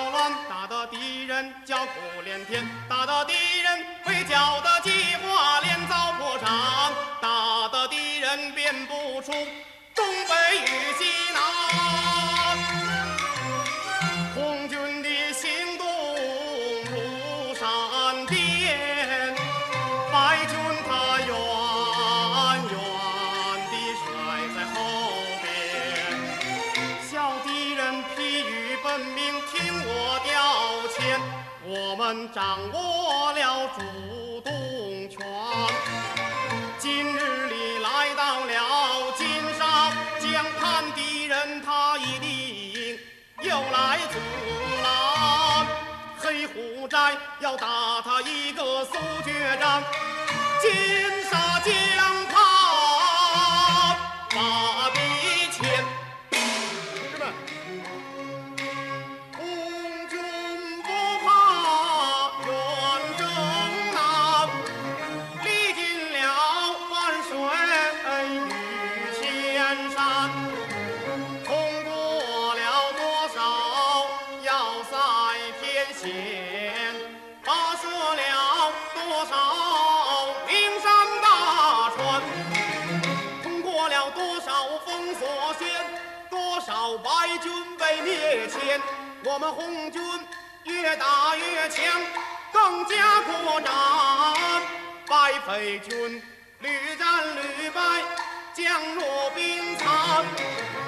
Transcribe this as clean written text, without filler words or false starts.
扰乱，打得敌人叫苦连天，打得敌人会叫得计划连遭破产，打得敌人辨不出东北与西南。红军的行动如闪电，白军他远远地甩在后边。小敌人疲于奔命，听我调遣，我们掌握了主动权。今日里来到了金沙江畔，敌人他一定又来阻拦。黑虎寨要打他一个速决战，金沙江畔把敌牵。同志们，红军不怕远征难，历尽了万水与千山，通过了多少要塞天险，跋涉了多少名山大川，通过了多少封锁线，多少白军被灭遣。我们红军越打越强，更加扩展。白匪军屡战屡败，将弱兵残。